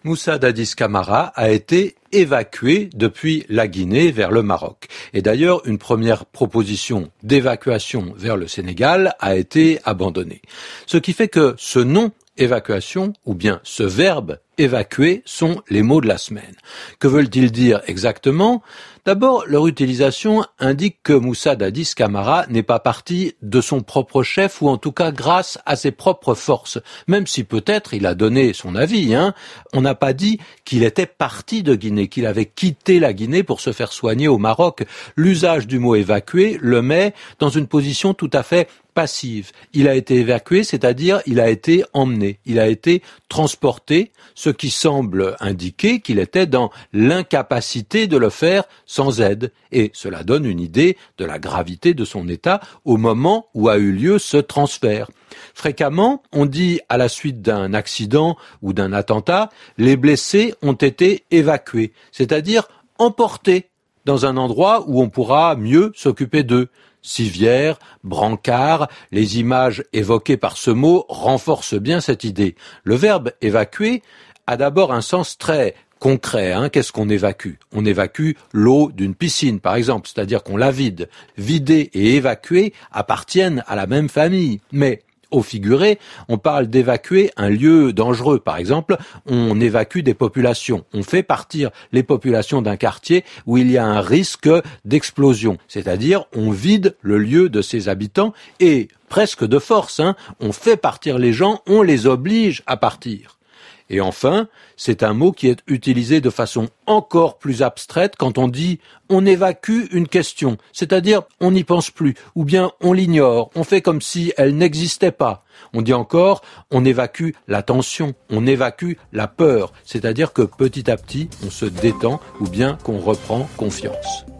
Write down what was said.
Moussa Dadis Camara a été évacué depuis la Guinée vers le Maroc. Et d'ailleurs, une première proposition d'évacuation vers le Sénégal a été abandonnée. Ce qui fait que ce nom évacuation, ou bien ce verbe évacuer, sont les mots de la semaine. Que veulent-ils dire exactement ? D'abord, leur utilisation indique que Moussa Dadis Camara n'est pas parti de son propre chef, ou en tout cas grâce à ses propres forces, même si peut-être il a donné son avis. On n'a pas dit qu'il était parti de Guinée, qu'il avait quitté la Guinée pour se faire soigner au Maroc. L'usage du mot évacuer le met dans une position tout à fait passive. Il a été évacué, c'est-à-dire il a été emmené, il a été transporté, ce qui semble indiquer qu'il était dans l'incapacité de le faire sans aide. Et cela donne une idée de la gravité de son état au moment où a eu lieu ce transfert. Fréquemment, on dit à la suite d'un accident ou d'un attentat, les blessés ont été évacués, c'est-à-dire emportés dans un endroit où on pourra mieux s'occuper d'eux. Civière, brancard, les images évoquées par ce mot renforcent bien cette idée. Le verbe évacuer a d'abord un sens très concret. Qu'est-ce qu'on évacue ? On évacue l'eau d'une piscine, par exemple, c'est-à-dire qu'on la vide. Vider et évacuer appartiennent à la même famille, mais au figuré, on parle d'évacuer un lieu dangereux. Par exemple, on évacue des populations. On fait partir les populations d'un quartier où il y a un risque d'explosion. C'est-à-dire, on vide le lieu de ses habitants et, presque de force, on fait partir les gens, on les oblige à partir. Et enfin, c'est un mot qui est utilisé de façon encore plus abstraite quand on dit « on évacue une question », c'est-à-dire on n'y pense plus, ou bien on l'ignore, on fait comme si elle n'existait pas. On dit encore « on évacue la tension », on évacue la peur, c'est-à-dire que petit à petit on se détend ou bien qu'on reprend confiance.